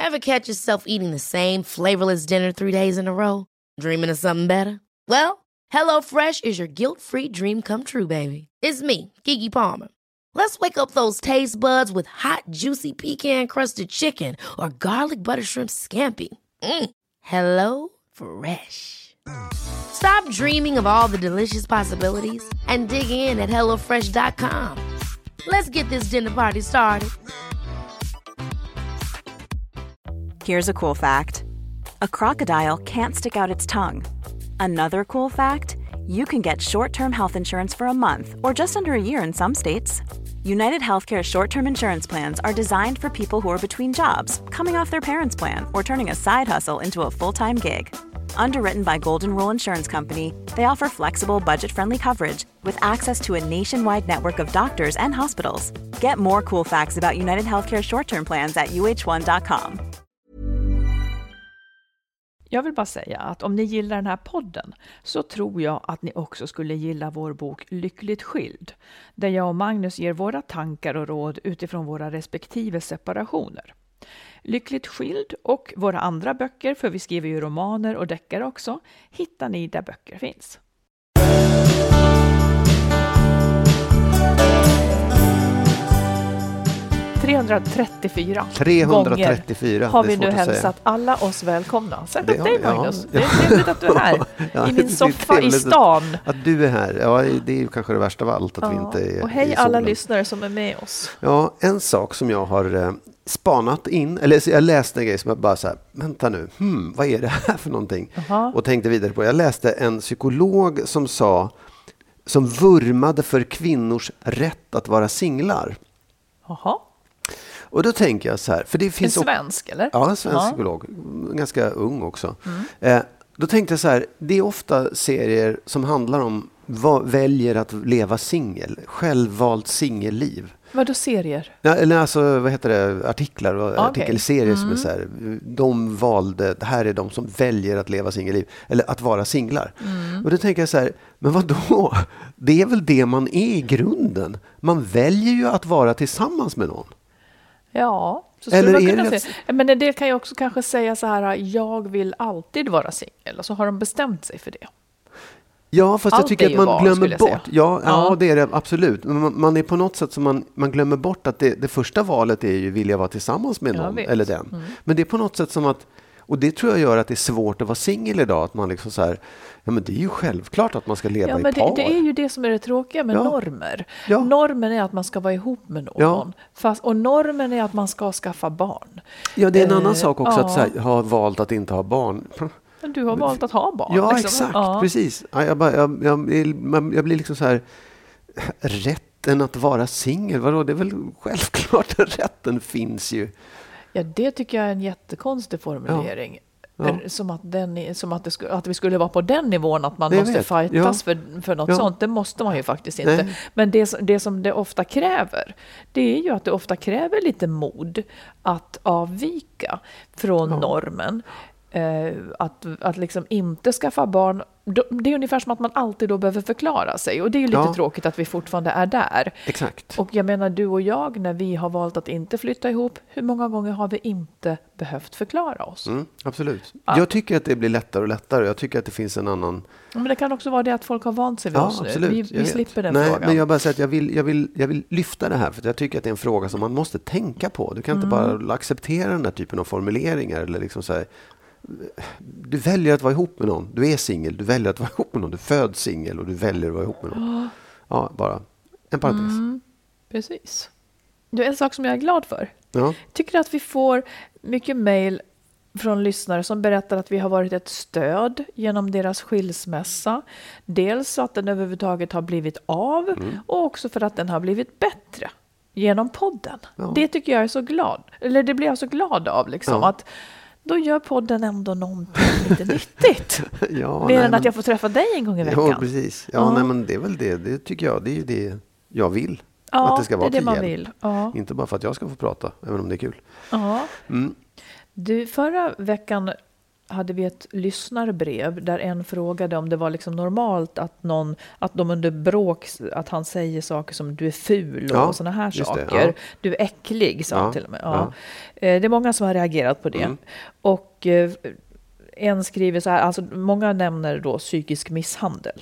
Ever catch yourself eating the same flavorless dinner 3 days in a row? Dreaming of something better? Well, HelloFresh is your guilt-free dream come true, baby. It's me, Keke Palmer. Let's wake up those taste buds with hot, juicy pecan-crusted chicken or garlic butter shrimp scampi. Hello Fresh. Stop dreaming of all the delicious possibilities and dig in at HelloFresh.com. Let's get this dinner party started. Here's a cool fact. A crocodile can't stick out its tongue. Another cool fact, you can get short-term health insurance for a month or just under a year in some states. United Healthcare short-term insurance plans are designed for people who are between jobs, coming off their parents' plan, or turning a side hustle into a full-time gig. Underwritten by Golden Rule Insurance Company, they offer flexible, budget-friendly coverage with access to a nationwide network of doctors and hospitals. Get more cool facts about United Healthcare short-term plans at uh1.com. Jag vill bara säga att om ni gillar den här podden så tror jag att ni också skulle gilla vår bok Lyckligt skild, där jag och Magnus ger våra tankar och råd utifrån våra respektive separationer. Lyckligt skild och våra andra böcker, för vi skriver ju romaner och deckare också, hittar ni där böcker finns. gånger har vi nu hälsat alla oss välkomna. Särskilt dig, Magnus. Det är trevligt att du är här i min soffa i stan. Att du är här, ja, det är ju kanske det värsta av allt att vi inte är. Och hej alla lyssnare som är med oss. Ja, en sak som jag har spanat in, eller jag läste en grej som jag bara så här, vänta nu, vad är det här för någonting? Och tänkte vidare på. Jag läste en psykolog som vurmade för kvinnors rätt att vara singlar. Jaha. Och då tänker jag så här, för det finns en svensk eller? Ja, en svensk psykolog, ganska ung också. Då tänkte jag så här, det är ofta serier som handlar om väljer att leva singel, självvalt singelliv. Vadå serier? Ja, eller alltså, vad heter det, artiklar och artikelserier som är så här, de valde, det här är de som väljer att leva singelliv eller att vara singlar. Och då tänker jag så här, men vadå? Det är väl det man är i grunden. Man väljer ju att vara tillsammans med någon. Ja, så skulle man kunna säga. Men en del kan ju också kanske säga så här, jag vill alltid vara singel, och så har de bestämt sig för det. Ja, fast jag tycker att man glömmer bort. Ja, det är det absolut. Man är på något sätt som man glömmer bort att det första valet är ju vilja vara tillsammans med någon eller den. Men det är på något sätt som att, och det tror jag gör att det är svårt att vara singel idag, att man liksom så här, ja men det är ju självklart att man ska leva i par. Det är ju det som är det tråkiga med normer. Ja. Normen är att man ska vara ihop med någon. Och normen är att man ska skaffa barn. Ja, det är en annan sak också att så här, ha valt att inte ha barn. Men du har valt att ha barn. Ja, liksom. exakt. Precis. Jag blir liksom så här, rätten att vara singel. Vadå? Det är väl självklart att rätten finns ju. Ja, det tycker jag är en jättekonstig formulering. Ja. Som att vi skulle vara på den nivån att man måste fightas för något sånt. Det måste man ju faktiskt inte. Nej. Men det som det ofta kräver, det är ju att det ofta kräver lite mod att avvika från normen. Att liksom inte skaffa barn. Det är ungefär som att man alltid då behöver förklara sig. Och det är ju lite tråkigt att vi fortfarande är där. Exakt. Och jag menar, du och jag, när vi har valt att inte flytta ihop, hur många gånger har vi inte behövt förklara oss? Absolut. Ja. Jag tycker att det blir lättare och lättare. Jag tycker att det finns en annan... Men det kan också vara det att folk har vant sig vid oss nu. Absolut. Vi slipper den frågan. Men jag bara säger att jag vill lyfta det här, för jag tycker att det är en fråga som man måste tänka på. Du kan inte bara acceptera den här typen av formuleringar eller liksom så här, du väljer att vara ihop med någon. Du är singel, du väljer att vara ihop med någon. Du föds singel och du väljer att vara ihop med någon. Ja, bara en parentes. Precis. Det är en sak som jag är glad för. Ja. Tycker att vi får mycket mejl från lyssnare som berättar att vi har varit ett stöd genom deras skilsmässa. Dels att den överhuvudtaget har blivit av och också för att den har blivit bättre genom podden. Ja. Det tycker jag är så glad. Eller det blir jag så glad av liksom, att då gör podden ändå någonting lite nyttigt. Mer än att jag får träffa dig en gång i veckan. Ja, precis. Nej, men det är väl det. Det tycker jag. Det är ju det jag vill. Att det ska vara det är det man hjälp. vill. Ja. Inte bara för att jag ska få prata, även om det är kul. Ja. Du, förra veckan hade vi ett lyssnarbrev där en frågade om det var liksom normalt att de under bråk, att han säger saker som du är ful och såna här saker. Ja. Du är äcklig, sa han till och med. Ja. Det är många som har reagerat på det. Och en skriver så här, alltså många nämner då psykisk misshandel.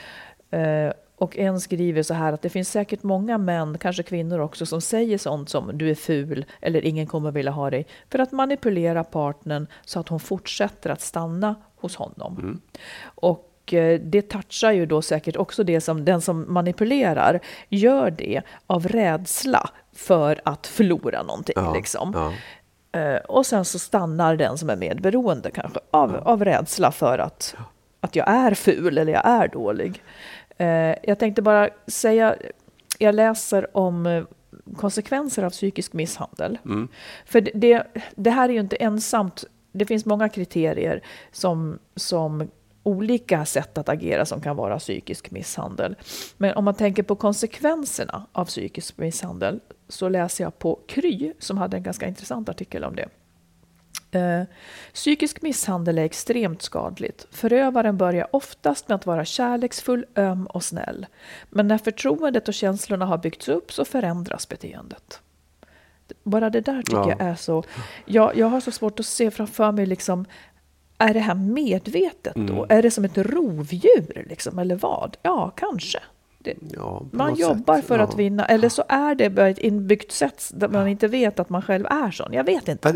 Och en skriver så här att det finns säkert många män, kanske kvinnor också, som säger sånt som du är ful eller ingen kommer vilja ha dig, för att manipulera partnern så att hon fortsätter att stanna hos honom. Och det touchar ju då säkert också det som den som manipulerar gör det av rädsla för att förlora någonting. Liksom. Och sen så stannar den som är medberoende kanske av rädsla för att jag är ful eller jag är dålig. Jag tänkte bara säga, jag läser om konsekvenser av psykisk misshandel. För det här är ju inte ensamt. Det finns många kriterier som olika sätt att agera som kan vara psykisk misshandel. Men om man tänker på konsekvenserna av psykisk misshandel så läser jag på Kry som hade en ganska intressant artikel om det. Psykisk misshandel är extremt skadligt. Förövaren börjar oftast med att vara kärleksfull, öm och snäll. Men när förtroendet och känslorna har byggts upp så förändras beteendet. Bara det där tycker jag är så... Jag har så svårt att se framför mig liksom... Är det här medvetet då? Är det som ett rovdjur liksom, eller vad? Ja, kanske. Man jobbar för att vinna, eller så är det bara ett inbyggt sätt där man inte vet att man själv är sån. Jag vet inte. Att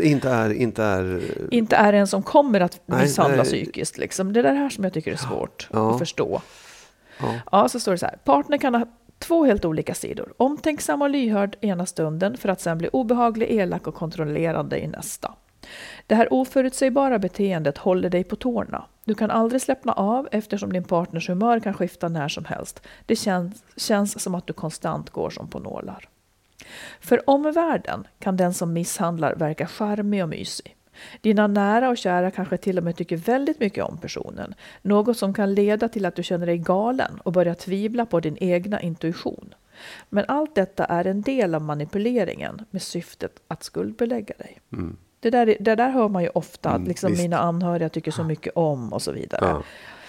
inte är en som kommer att misshandla psykiskt. Liksom. Det är det här som jag tycker är svårt att förstå. Ja, så står det så här. Partner kan ha 2 helt olika sidor. Omtänksam och lyhörd ena stunden för att sen bli obehaglig, elak och kontrollerande i nästa. Det här oförutsägbara beteendet håller dig på tårna. Du kan aldrig släppna av eftersom din partners humör kan skifta när som helst. Det känns som att du konstant går som på nålar. För omvärlden kan den som misshandlar verka charmig och mysig. Dina nära och kära kanske till och med tycker väldigt mycket om personen. Något som kan leda till att du känner dig galen och börjar tvivla på din egna intuition. Men allt detta är en del av manipuleringen med syftet att skuldbelägga dig. Det där hör man ju ofta, att liksom mina anhöriga tycker så mycket om och så vidare.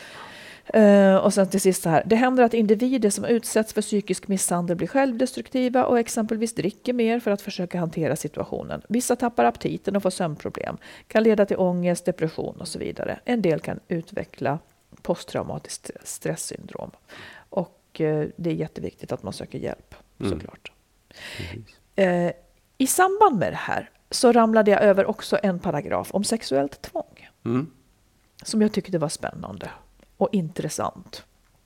Och sen till sist så här. Det händer att individer som utsätts för psykisk misshandel blir självdestruktiva och exempelvis dricker mer för att försöka hantera situationen. Vissa tappar aptiten och får sömnproblem. Kan leda till ångest, depression och så vidare. En del kan utveckla posttraumatiskt stresssyndrom. Och det är jätteviktigt att man söker hjälp, såklart. I samband med det här så ramlade jag över också en paragraf om sexuellt tvång. Som jag tyckte var spännande och intressant.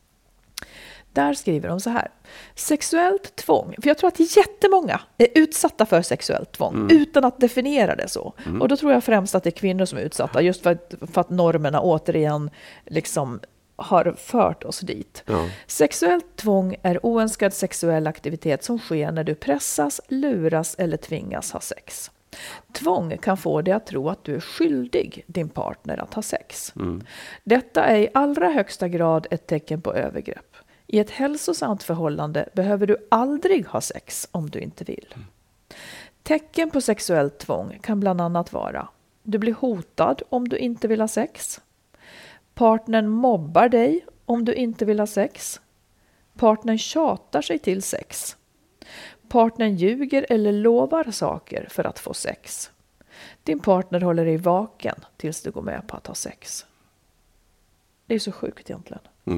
Där skriver de så här. Sexuellt tvång. För jag tror att jättemånga är utsatta för sexuellt tvång utan att definiera det så. Och då tror jag främst att det är kvinnor som är utsatta. Just för att normerna återigen liksom har fört oss dit. Sexuellt tvång är oönskad sexuell aktivitet som sker när du pressas, luras eller tvingas ha sex. Tvång kan få dig att tro att du är skyldig din partner att ha sex. Detta är i allra högsta grad ett tecken på övergrepp. I ett hälsosamt förhållande behöver du aldrig ha sex om du inte vill. Tecken på sexuellt tvång kan bland annat vara: du blir hotad om du inte vill ha sex. Partnern mobbar dig om du inte vill ha sex. Partnern tjatar sig till sex. Partnern ljuger eller lovar saker för att få sex. Din partner håller dig vaken tills du går med på att ha sex. Det är så sjukt egentligen.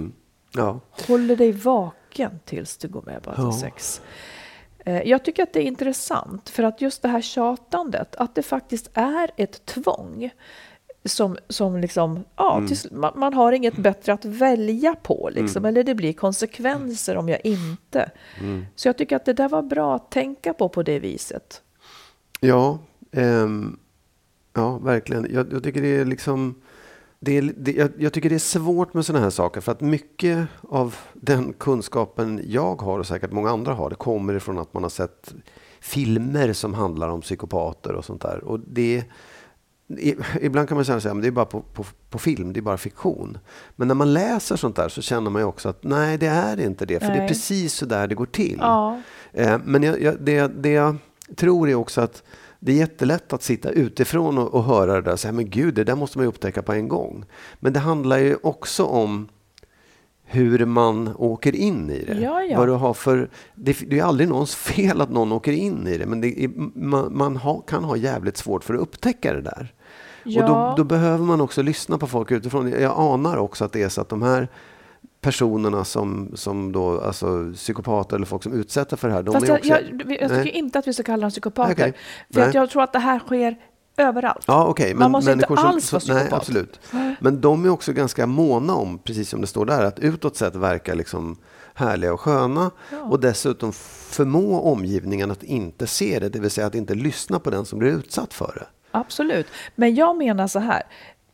Håller dig vaken tills du går med på att ha sex. Jag tycker att det är intressant för att just det här tjatandet, att det faktiskt är ett tvång. Som liksom, man har inget bättre att välja på liksom, eller det blir konsekvenser om jag inte. Så jag tycker att det där var bra att tänka på det viset. Ja, verkligen. Jag tycker det är liksom jag tycker det är svårt med såna här saker, för att mycket av den kunskapen jag har och säkert många andra har, det kommer ifrån att man har sett filmer som handlar om psykopater och sånt där, och ibland kan man säga att det är bara på film, det är bara fiktion. Men när man läser sånt där så känner man ju också att nej, det är inte det. För det är precis så där det går till. Men det jag tror är också att det är jättelätt att sitta utifrån och höra det där och säga, men gud, det där måste man ju upptäcka på en gång. Men det handlar ju också om hur man åker in i det. Ja. Vad du har för, det är aldrig någons fel att någon åker in i det, men man kan ha jävligt svårt för att upptäcka det där. Ja. Och då behöver man också lyssna på folk utifrån. Jag anar också att det är så att de här personerna som då, alltså psykopater eller folk som utsätter för det här, de fast är också... jag tycker inte att vi ska kalla dem psykopater. Okay. För att jag tror att det här sker överallt. Ja, okay. Man måste inte alls vara psykopat. Nej, absolut. Men de är också ganska måna om, precis som det står där, att utåt sett verka liksom härliga och sköna och dessutom förmå omgivningen att inte se det, det vill säga att inte lyssna på den som blir utsatt för det. Absolut. Men jag menar så här,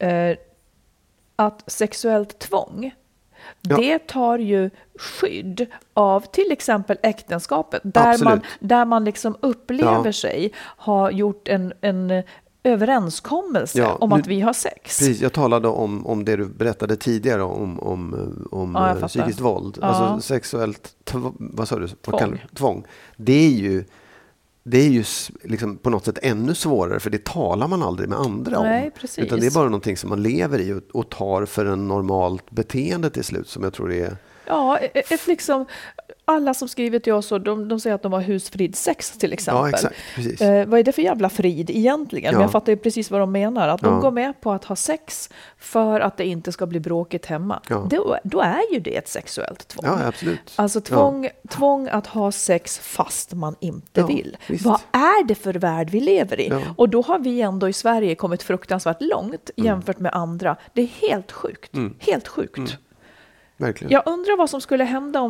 att sexuellt tvång, det tar ju skydd av till exempel äktenskapet där man liksom upplever sig ha gjort en överenskommelse om att vi har sex. Precis, jag talade om det du berättade tidigare om psykiskt våld. Alltså sexuellt vad sa du? Tvång. Det är ju liksom på något sätt ännu svårare, för det talar man aldrig med andra om. Nej, precis. Utan det är bara någonting som man lever i och tar för en normalt beteende till slut, som jag tror är... Ja, liksom, alla som skriver till oss, och de säger att de har husfrid sex till exempel. Ja, exakt, precis. Vad är det för jävla frid egentligen? Men jag fattar ju precis vad de menar. Att de går med på att ha sex för att det inte ska bli bråkigt hemma. Ja. Då är ju det ett sexuellt tvång. Ja, absolut. Alltså tvång att ha sex fast man inte vill. Visst. Vad är det för värld vi lever i? Ja. Och då har vi ändå i Sverige kommit fruktansvärt långt jämfört med andra. Det är helt sjukt. Helt sjukt. Verkligen. Jag undrar vad som skulle hända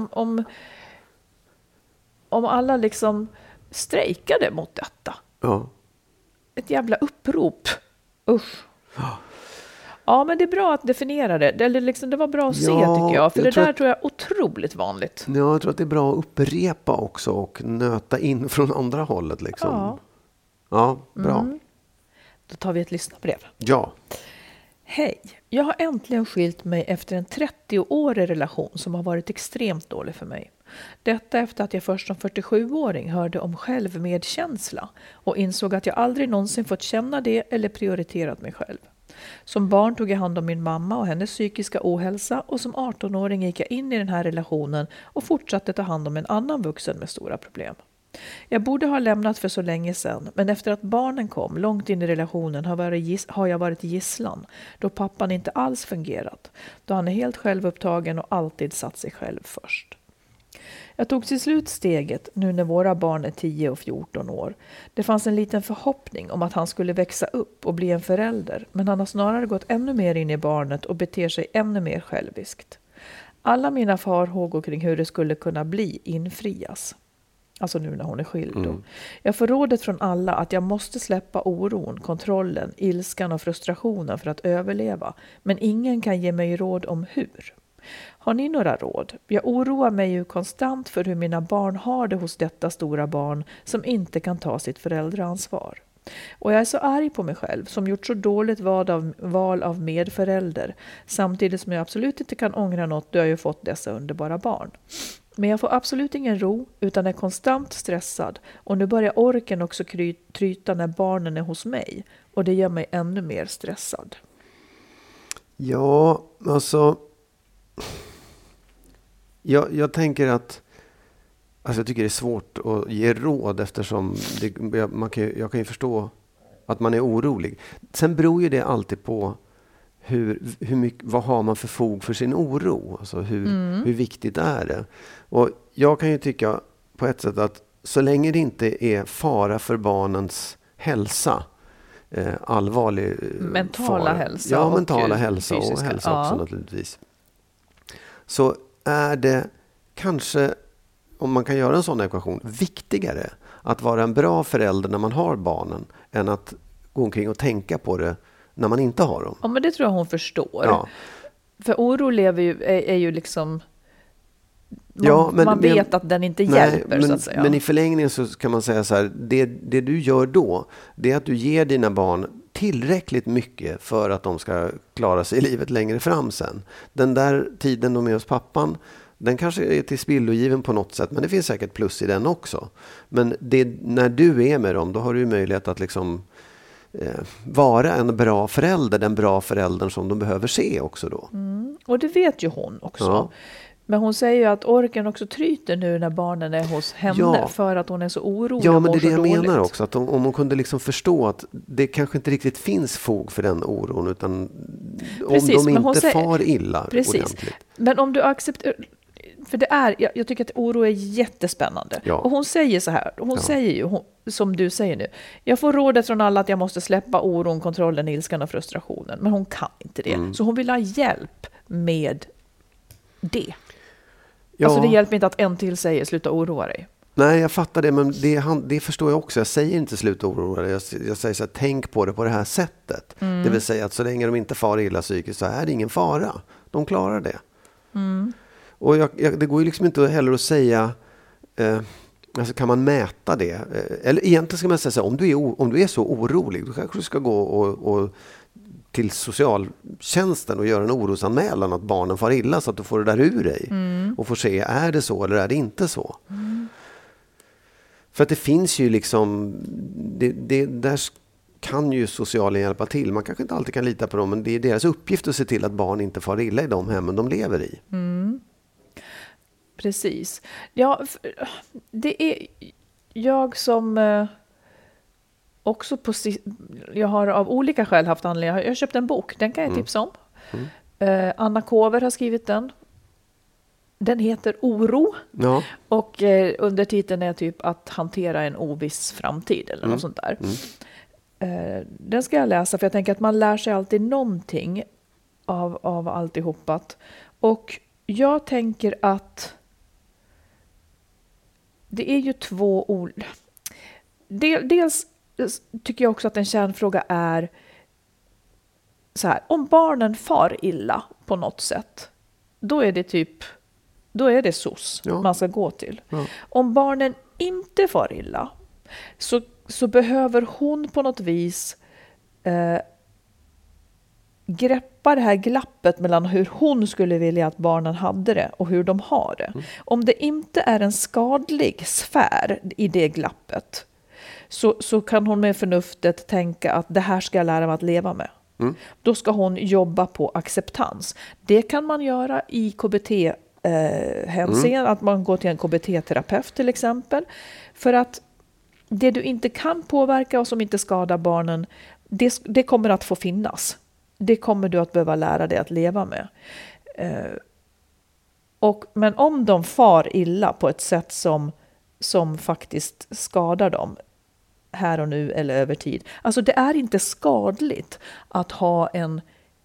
om alla liksom strejkade mot detta. Ja. Ett jävla upprop. Usch. Ja, men det är bra att definiera det. Det var bra att se, tycker jag. För det där tror jag är otroligt vanligt. Ja, jag tror att det är bra att upprepa också och nöta in från andra hållet. Liksom. Ja, bra. Då tar vi ett lyssnarbrev. Ja. Hej, jag har äntligen skilt mig efter en 30-årig relation som har varit extremt dålig för mig. Detta efter att jag först som 47-åring hörde om självmedkänsla och insåg att jag aldrig någonsin fått känna det eller prioriterat mig själv. Som barn tog jag hand om min mamma och hennes psykiska ohälsa, och som 18-åring gick jag in i den här relationen och fortsatte ta hand om en annan vuxen med stora problem. Jag borde ha lämnat för så länge sedan, men efter att barnen kom långt in i relationen har jag varit gisslan, då pappan inte alls fungerat, då han är helt självupptagen och alltid satt sig själv först. Jag tog till slut steget nu när våra barn är 10 och 14 år. Det fanns en liten förhoppning om att han skulle växa upp och bli en förälder, men han har snarare gått ännu mer in i barnet och beter sig ännu mer själviskt. Alla mina farhågor kring hur det skulle kunna bli infrias. Alltså nu när hon är skild då. Jag får rådet från alla att jag måste släppa oron, kontrollen, ilskan och frustrationen för att överleva. Men ingen kan ge mig råd om hur. Har ni några råd? Jag oroar mig ju konstant för hur mina barn har det hos detta stora barn som inte kan ta sitt föräldraansvar. Och jag är så arg på mig själv som gjort så dåligt val av medförälder, samtidigt som jag absolut inte kan ångra något då jag ju fått dessa underbara barn. Men jag får absolut ingen ro utan är konstant stressad, och nu börjar orken också tryta när barnen är hos mig, och det gör mig ännu mer stressad. Ja, alltså jag tänker att jag tycker det är svårt att ge råd, eftersom jag kan ju förstå att man är orolig. Sen beror ju det alltid på hur mycket, vad har man för fog för sin oro? Alltså hur viktigt är det? Och jag kan ju tycka på ett sätt att så länge det inte är fara för barnens hälsa, allvarlig mentala fara, hälsa, mentala hälsa och hälsa också naturligtvis, så är det kanske, om man kan göra en sån ekvation, viktigare att vara en bra förälder när man har barnen än att gå omkring och tänka på det när man inte har dem. Ja, men det tror jag hon förstår. Ja. För oro är ju liksom... Man vet att den inte hjälper, så att säga. Men i förlängningen så kan man säga så här, det du gör då, det är att du ger dina barn tillräckligt mycket för att de ska klara sig i livet längre fram sen. Den där tiden de är hos pappan, Den kanske är till spillogiven på något sätt, men det finns säkert plus i den också. Men när du är med dem, då har du ju möjlighet att liksom vara en bra förälder, den bra föräldern som de behöver se också då. Och det vet ju hon också. Ja. Men hon säger ju att orken också tryter nu när barnen är hos henne för att hon är så orolig. Ja, men det är det jag menar också. Att om hon kunde liksom förstå att det kanske inte riktigt finns fog för den oron, utan precis, om de inte far illa ordentligt. Men om du accepterar... För det är, jag tycker att oro är jättespännande. Ja. Och hon säger så här, säger ju, som du säger nu, jag får rådet från alla att jag måste släppa oron, kontrollen, ilskan och frustrationen. Men hon kan inte det. Så hon vill ha hjälp med det. Ja. Alltså det hjälper inte att en till säger sluta oroa dig. Nej, jag fattar det, men det förstår jag också. Jag säger inte sluta oroa dig. Jag säger så här, tänk på det på det här sättet. Det vill säga att så länge de inte far illa psykiskt så är det ingen fara. De klarar det. Och det går ju liksom inte heller att säga, alltså kan man mäta det? Eller egentligen ska man säga så här, om du är så orolig, då kanske du ska gå och till socialtjänsten och göra en orosanmälan att barnen far illa, så att du får det där ur dig. Och får se, är det så eller är det inte så? För att det finns ju liksom, där kan ju socialen hjälpa till. Man kanske inte alltid kan lita på dem, men det är deras uppgift att se till att barn inte far illa i de hemmen de lever i. Precis. Ja, det är jag som också jag har av olika skäl haft anledning. Jag har köpt en bok, den kan jag tipsa om. Anna Kåver har skrivit den. Den heter Oro. Ja. Och undertiteln är typ att hantera en oviss framtid eller något sånt där. Den ska jag läsa, för jag tänker att man lär sig alltid någonting av alltihopat. Och jag tänker att det är ju två dels tycker jag också att en kärnfråga är så här, om barnen far illa på något sätt, då är det SOS man ska gå till. Ja. Om barnen inte far illa, så behöver hon på något vis greppa det här glappet mellan hur hon skulle vilja att barnen hade det och hur de har det. Om det inte är en skadlig sfär i det glappet, så kan hon med förnuftet tänka att det här ska jag lära mig att leva med. Då ska hon jobba på acceptans. Det kan man göra i KBT hänseende, att man går till en KBT-terapeut till exempel. För att det du inte kan påverka och som inte skadar barnen, det kommer att få finnas. Det kommer du att behöva lära dig att leva med. Men om de far illa på ett sätt som faktiskt skadar dem här och nu eller över tid. Alltså det är inte skadligt att ha en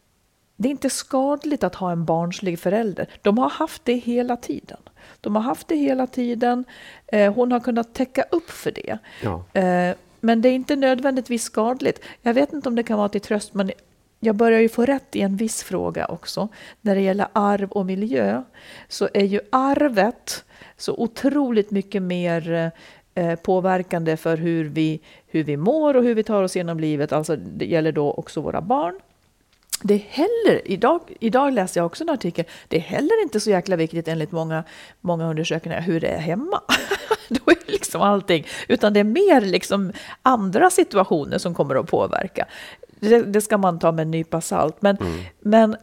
barnslig förälder. De har haft det hela tiden. Hon har kunnat täcka upp för det. Ja. Men det är inte nödvändigtvis skadligt. Jag vet inte om det kan vara till tröst, men jag börjar ju få rätt i en viss fråga också. När det gäller arv och miljö, så är ju arvet så otroligt mycket mer påverkande för hur vi mår och hur vi tar oss genom livet. Alltså det gäller då också våra barn. Det är heller, idag läser jag också en artikel, det är heller inte så jäkla viktigt enligt många undersökningar hur det är hemma. Då är liksom allting, utan det är mer liksom andra situationer som kommer att påverka. Det ska man ta med en nypa salt. Men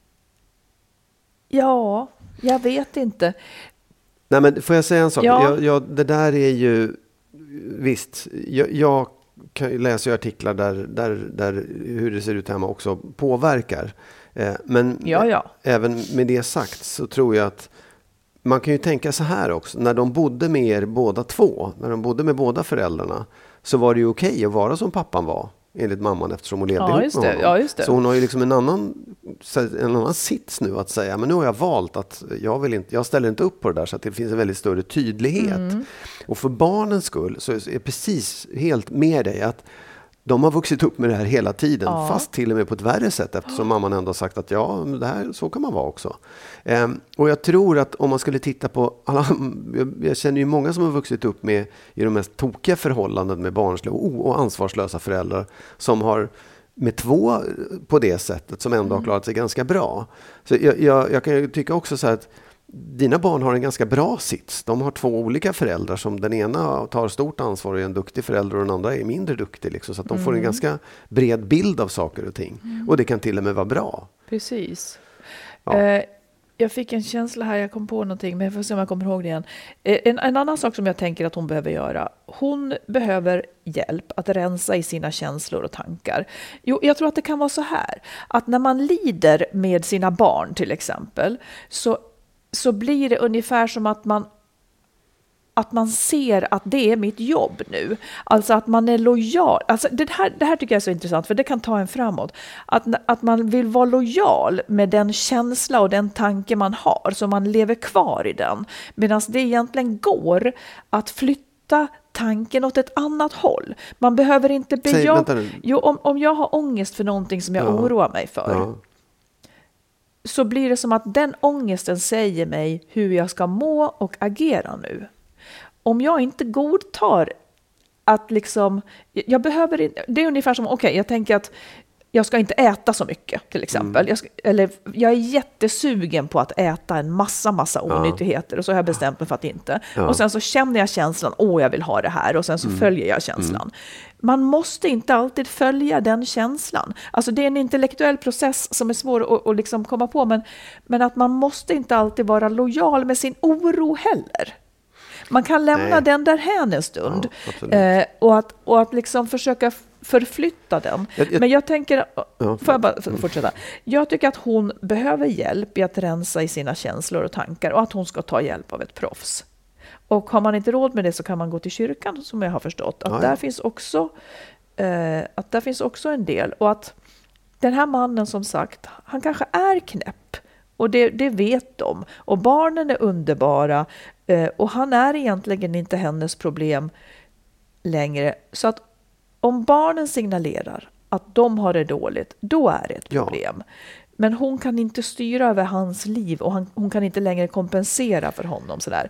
ja, jag vet inte. Nej, men får jag säga en sak? Ja. Det där är ju visst. Jag läser artiklar där hur det ser ut hemma också påverkar. Men även med det sagt så tror jag att man kan ju tänka så här också. När de bodde med er båda två, när de bodde med båda föräldrarna, så var det ju okej att vara som pappan var. Enligt mamman, eftersom hon levde ihop med honom. Ja, just det. Så hon har ju liksom en annan sits nu att säga, men nu har jag valt att jag ställer inte upp på det där, så att det finns en väldigt större tydlighet. Och för barnens skull så är precis helt med dig att de har vuxit upp med det här hela tiden, fast till och med på ett värre sätt, eftersom mamman ändå har sagt att så kan man vara också. Och jag tror att om man skulle titta på alla, jag känner ju många som har vuxit upp med i de mest tokiga förhållanden med barnsliga och ansvarslösa föräldrar, som har med två på det sättet, som ändå har klarat sig ganska bra. Så jag kan ju tycka också så här att dina barn har en ganska bra sits. De har 2 olika föräldrar som den ena tar stort ansvar och är en duktig förälder och den andra är mindre duktig. Liksom, så att de får en ganska bred bild av saker och ting. Och det kan till och med vara bra. Precis. Ja. Jag fick en känsla här, jag kom på någonting, men jag får se om jag kommer ihåg det igen. En annan sak som jag tänker att hon behöver göra. Hon behöver hjälp att rensa i sina känslor och tankar. Jo, jag tror att det kan vara så här. Att när man lider med sina barn till exempel, så blir det ungefär som att man ser att det är mitt jobb nu. Alltså att man är lojal. Alltså det här tycker jag är så intressant, för det kan ta en framåt. Att man vill vara lojal med den känsla och den tanke man har, så man lever kvar i den. Medan det egentligen går att flytta tanken åt ett annat håll. Man behöver inte om jag har ångest för någonting som jag oroar mig för, så blir det som att den ångesten säger mig hur jag ska må och agera nu. Om jag inte godtar att liksom, jag behöver, det är ungefär som, jag tänker att jag ska inte äta så mycket till exempel. Jag är jättesugen på att äta en massa onyttigheter, och så har jag bestämt mig för att inte. Och sen så känner jag känslan, jag vill ha det här, och sen så följer jag känslan. Man måste inte alltid följa den känslan. Alltså det är en intellektuell process som är svår att liksom komma på, men att man måste inte alltid vara lojal med sin oro heller. Man kan lämna den där här en stund, och att liksom försöka förflytta den. Men jag tänker, får jag bara fortsätta? Jag tycker att hon behöver hjälp i att rensa i sina känslor och tankar, och att hon ska ta hjälp av ett proffs. Och har man inte råd med det så kan man gå till kyrkan, som jag har förstått. Att där finns också en del. Och att den här mannen, som sagt, han kanske är knäpp. Och det vet de. Och barnen är underbara. Och han är egentligen inte hennes problem längre. Så att om barnen signalerar att de har det dåligt, då är det ett problem. Men hon kan inte styra över hans liv, och hon kan inte längre kompensera för honom sådär.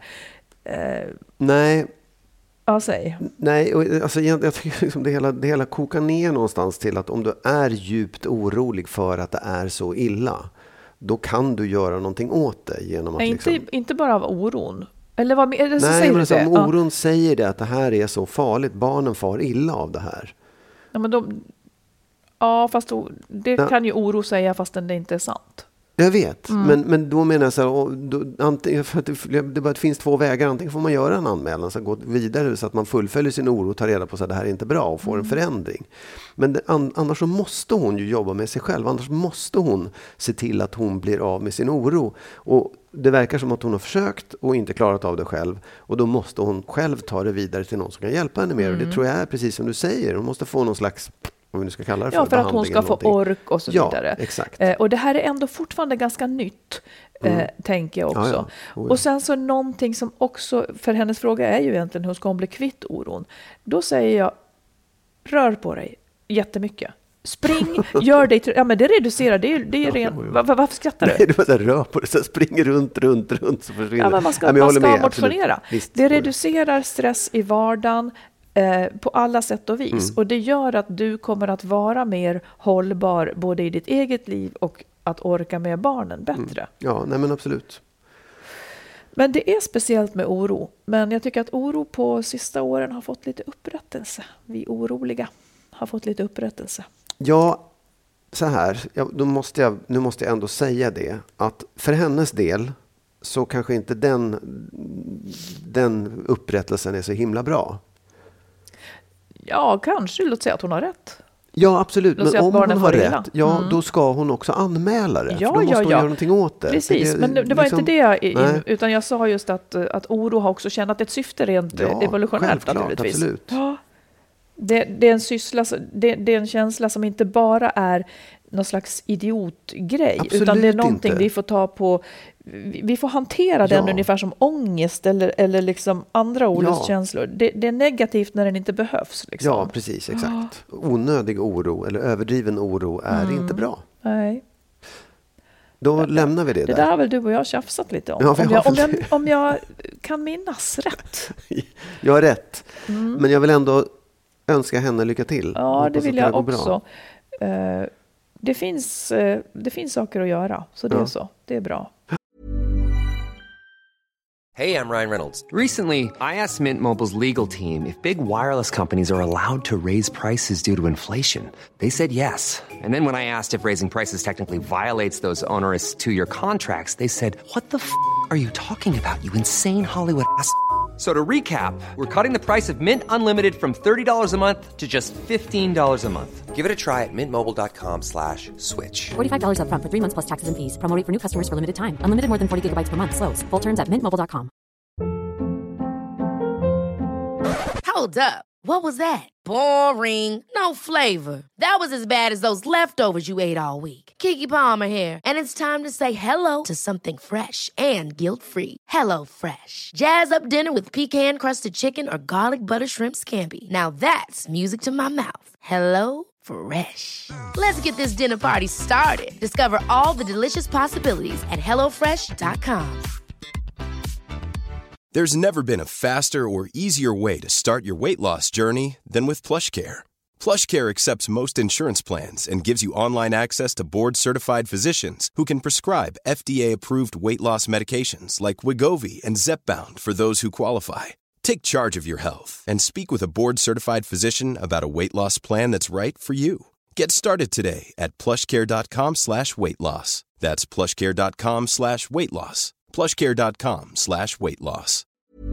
Nej. Ja, säg. Nej, alltså jag tycker liksom det hela kokar ner någonstans till att om du är djupt orolig för att det är så illa, då kan du göra någonting åt det genom att inte bara av oron. Eller vad är det så? Nej, men alltså, om oron säger det, att det här är så farligt, barnen far illa av det här. Ja, men fast det kan ju oro säga, fast det inte är sant. Jag vet, men då menar jag så här, för att det finns 2 vägar. Antingen får man göra en anmälan, så gå vidare så att man fullföljer sin oro och tar reda på att det här är inte bra och får en förändring. Men annars så måste hon ju jobba med sig själv. Annars måste hon se till att hon blir av med sin oro. Och det verkar som att hon har försökt och inte klarat av det själv. Och då måste hon själv ta det vidare till någon som kan hjälpa henne mer. Och det tror jag är precis som du säger. Hon måste få någon slags, om vi nu ska kalla det för att hon ska få ork och så vidare. Exakt. Och det här är ändå fortfarande ganska nytt, tänker jag också. Och sen så någonting som också, för hennes fråga är ju egentligen, hur ska hon bli kvitt oron? Då säger jag, rör på dig jättemycket. Spring, gör dig... Ja, men det reducerar. Det är ren... Varför skrattar du? Nej, det var så här, rör på dig. Så springer runt så försvinner. Ja, men man ska motionera. Det reducerar stress i vardagen på alla sätt och vis. Och det gör att du kommer att vara mer hållbar både i ditt eget liv och att orka med barnen bättre. Ja, nej men absolut. Men det är speciellt med oro. Men jag tycker att oro på sista åren har fått lite upprättelse. Vi oroliga har fått lite upprättelse. Ja, så här. Nu måste jag ändå säga det. Att för hennes del så kanske inte den upprättelsen är så himla bra. Ja, kanske. Låt säga att hon har rätt. Ja, absolut. Men om hon har rätt, då ska hon också anmäla det. Ja, för då måste hon göra någonting åt det. Precis, men det var liksom, inte det utan jag sa just att oro har också tjänat ett syfte rent evolutionärt naturligtvis. Absolut. Ja. Det är en syssla, det är en känsla som inte bara är någon slags idiotgrej, absolut, utan det är någonting inte. Vi får ta på, vi får hantera den ungefär som ångest eller liksom andra olustkänslor. Det är negativt när den inte behövs. Liksom. Ja, precis, exakt. Onödig oro eller överdriven oro är inte bra. Nej. Då lämnar vi det där. Det där har väl du och jag tjafsat lite om. Ja, om jag kan minnas rätt. Jag har rätt. Men jag vill ändå önska henne lycka till. Ja, det vill jag också. Det finns saker att göra, så det är så. Det är bra. Hey, I'm Ryan Reynolds. Recently, I asked Mint Mobile's legal team if big wireless companies are allowed to raise prices due to inflation. They said yes. And then when I asked if raising prices technically violates those onerous two-year contracts, they said, what the f*** are you talking about, you insane Hollywood ass? So to recap, we're cutting the price of Mint Unlimited from $30 a month to just $15 a month. Give it a try at mintmobile.com/switch. $45 up front for 3 months plus taxes and fees. Promo rate for new customers for limited time. Unlimited more than 40 gigabytes per month. Slows full terms at mintmobile.com. Hold up. What was that? Boring. No flavor. That was as bad as those leftovers you ate all week. Keke Palmer here, and it's time to say hello to something fresh and guilt-free. Hello Fresh. Jazz up dinner with pecan-crusted chicken or garlic butter shrimp scampi. Now that's music to my mouth. Hello Fresh. Let's get this dinner party started. Discover all the delicious possibilities at hellofresh.com. There's never been a faster or easier way to start your weight loss journey than with PlushCare. PlushCare accepts most insurance plans and gives you online access to board-certified physicians who can prescribe FDA-approved weight loss medications like Wegovy and Zepbound for those who qualify. Take charge of your health and speak with a board-certified physician about a weight loss plan that's right for you. Get started today at plushcare.com/weightloss. That's plushcare.com/weightloss. plushcare.com/weightloss.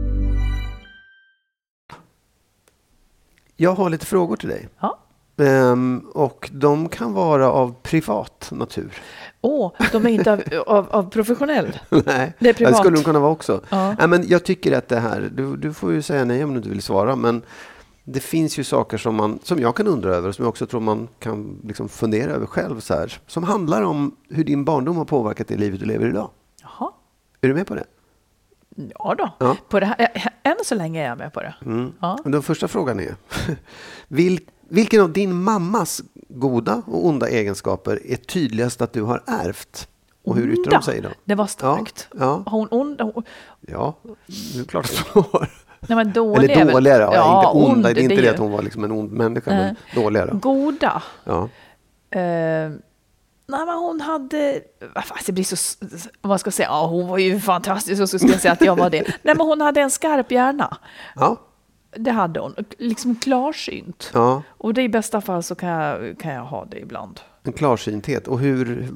Jag har lite frågor till dig. Ja. Och de kan vara av privat natur. De är inte av professionell. Nej, det är privat. Det skulle de kunna vara också. Ja. Men jag tycker att det här, du får ju säga nej om du inte vill svara, men det finns ju saker som jag kan undra över, som jag också tror man kan liksom fundera över själv så här, som handlar om hur din barndom har påverkat det livet du lever idag. Jaha. Är du med på det? Ja då. Ja. På det här, än så länge är jag med på det. Ja. Den första frågan är vilken av din mammas goda och onda egenskaper är tydligast att du har ärvt? Och hur yttrar de sig då? Det var starkt. Ja. Hon onda. Ja, det är klart att hon har. Nej, men dåliga. Eller dåligare. Ja, inte onda. Det är inte det att hon var liksom en ond människa, men dåligare. Goda. Ja. Nej, men hon hade, det blir så, vad ska jag säga, hon var ju fantastisk, och så ska jag säga att jag var det. Nej, men hon hade en skarp hjärna. Ja. Det hade hon, liksom klarsynt. Ja. Och det i bästa fall så kan jag ha det ibland. En klarsynthet. Och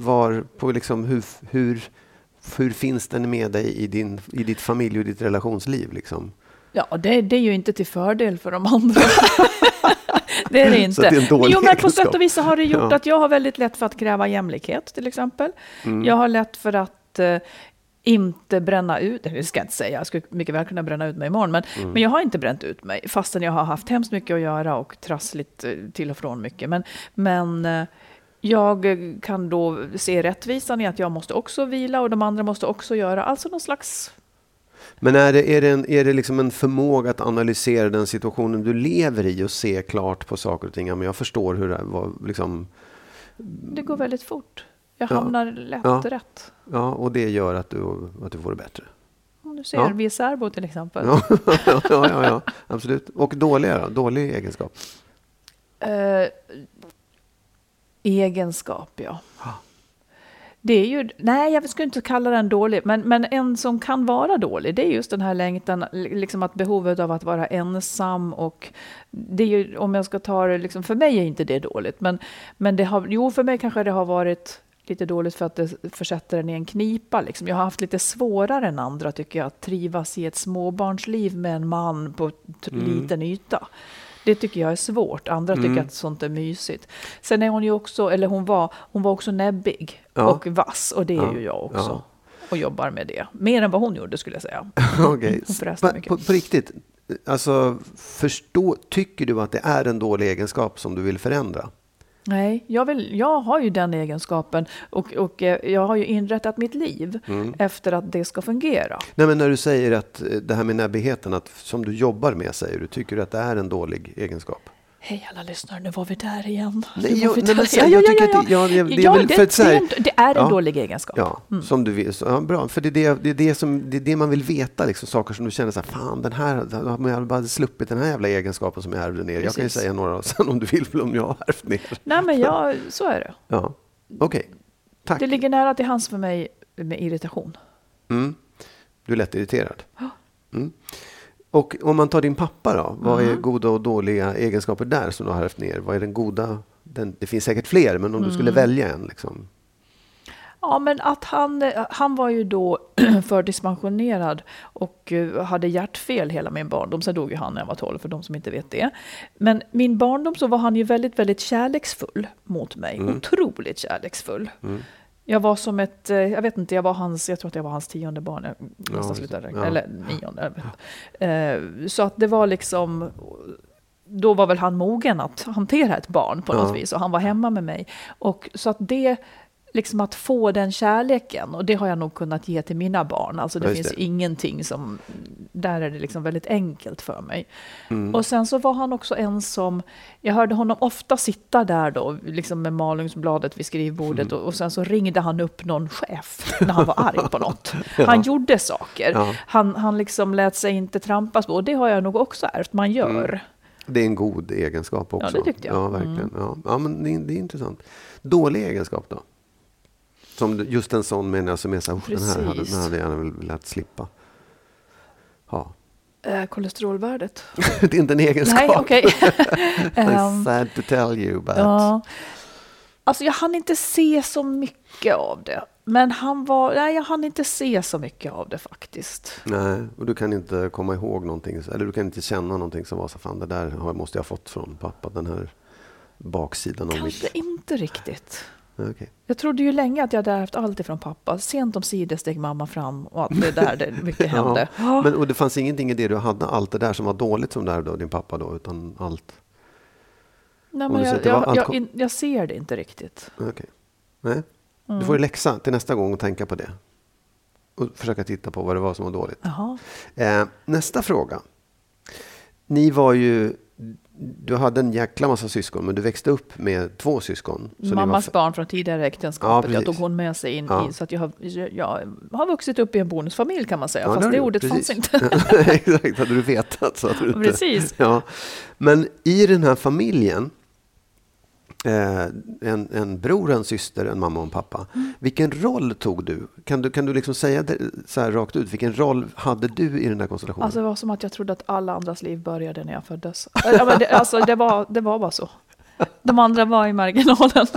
hur finns den med dig i ditt familj och ditt relationsliv liksom? Ja, det är ju inte till fördel för de andra. Det är det inte. Det är men på sätt och vis har det gjort att jag har väldigt lätt för att kräva jämlikhet till exempel. Jag har lätt för att inte bränna ut, det ska jag inte säga, jag skulle mycket väl kunna bränna ut mig imorgon, men jag har inte bränt ut mig fastän jag har haft hemskt mycket att göra och trassligt till och från mycket. Men jag kan då se rättvisan i att jag måste också vila och de andra måste också göra, alltså någon slags. Men är det liksom en förmåga att analysera den situationen du lever i och se klart på saker och ting? Men jag förstår hur det var liksom. Det går väldigt fort. Jag hamnar lätt rätt. Ja, och det gör att du får det bättre. Du ser, vi är särbo till exempel. Ja, absolut. Och dålig egenskap? Egenskap, ja. Det är ju, nej, jag skulle inte kalla den dålig, men en som kan vara dålig, det är just den här längtan, liksom att behovet av att vara ensam, och det är ju, om jag ska ta det, liksom, för mig är inte det dåligt, men det har, för mig kanske det har varit lite dåligt för att det försätter den i en knipa. Liksom. Jag har haft lite svårare än andra, tycker jag, att trivas i ett småbarnsliv med en man på liten yta. Det tycker jag är svårt. Andra tycker att sånt är mysigt. Sen är hon ju också, eller hon var också näbbig och vass. Och det är ju jag också. Ja. Och jobbar med det. Mer än vad hon gjorde, skulle jag säga. Okej. På riktigt, alltså, tycker du att det är en dålig egenskap som du vill förändra? Nej, jag har ju den egenskapen och jag har ju inrättat mitt liv efter att det ska fungera. Nej, men när du säger att det här med näbbigheten, att som du jobbar med, säger du, tycker du att det är en dålig egenskap? Hej alla lyssnare, nu var vi där igen. Det är en dålig egenskap. Ja, som du vill. Ja, bra, för det är det man vill veta, liksom, saker som du känner så här, fan, den här, jag har bara sluppit den här jävla egenskapen som jag ärvde ner. Precis. Jag kan ju säga några sen om du vill, om jag har ärvt ner. Nej, men så är det. Ja, okej. Tack. Det ligger nära till hands för mig med irritation. Du är lätt irriterad. Mm. Och om man tar din pappa då, vad är goda och dåliga egenskaper där som du har haft ner? Vad är den goda? Det finns säkert fler, men om du skulle välja en liksom. Ja, men att han var ju då förtidspensionerad och hade hjärtfel hela min barndom. Sen dog ju han när jag var 12, för de som inte vet det. Men min barndom så var han ju väldigt, väldigt kärleksfull mot mig. Otroligt kärleksfull. Jag var som jag vet inte, jag tror att jag var hans 10:e barn. Nästan slutade räkna, eller 9:e. Så att det var liksom, då var väl han mogen att hantera ett barn på något vis. Och han var hemma med mig. Och så att det, liksom att få den kärleken, och det har jag nog kunnat ge till mina barn. Alltså det finns ingenting som, där är det liksom väldigt enkelt för mig. Och sen så var han också en som, jag hörde honom ofta sitta där då, liksom med malungsbladet vid skrivbordet, och sen så ringde han upp någon chef när han var arg på något. Han gjorde saker. Han liksom lät sig inte trampas på, och det har jag nog också ärvt, man gör. Det är en god egenskap också. Ja, det tyckte jag. Ja, verkligen. Ja, men det är intressant. Dålig egenskap då? Som just en sån menar jag som är så här, den här hade jag gärna velat slippa. Ja. Kolesterolvärdet. Det är inte en egenskap. Nej, okej. I'm sad to tell you, but... Ja. Alltså jag hann inte se så mycket av det. Men jag hann inte se så mycket av det faktiskt. Nej, och du kan inte komma ihåg någonting, eller du kan inte känna någonting som var så, fan det där måste jag ha fått från pappa, den här baksidan av mitt... Kanske inte riktigt. Okay. Jag trodde ju länge att jag hade haft allt ifrån pappa. Sent om sidor steg mamma fram och att det mycket hände. Men, och det fanns ingenting i det du hade, allt det där som var dåligt som där då, din pappa då, utan allt? Nej, men jag ser det inte riktigt. Okay. Nej. Du får ju läxa till nästa gång och tänka på det. Och försöka titta på vad det var som var dåligt. Nästa fråga. Du hade en jäkla massa syskon, men du växte upp med 2 syskon. Så mammas barn från tidigare äktenskapet. Jag tog hon med sig in i, så att jag har vuxit upp i en bonusfamilj kan man säga. Fast det ordet fanns inte. Exakt, hade du vetat så hade du inte. Precis. Ja. Men i den här familjen, en bror, en syster, en mamma och en pappa. Vilken roll tog du? Kan du liksom säga det så här rakt ut? Vilken roll hade du i den här konstellationen? Alltså det var som att jag trodde att alla andras liv började när jag föddes. Det var bara så. De andra var i marginalen.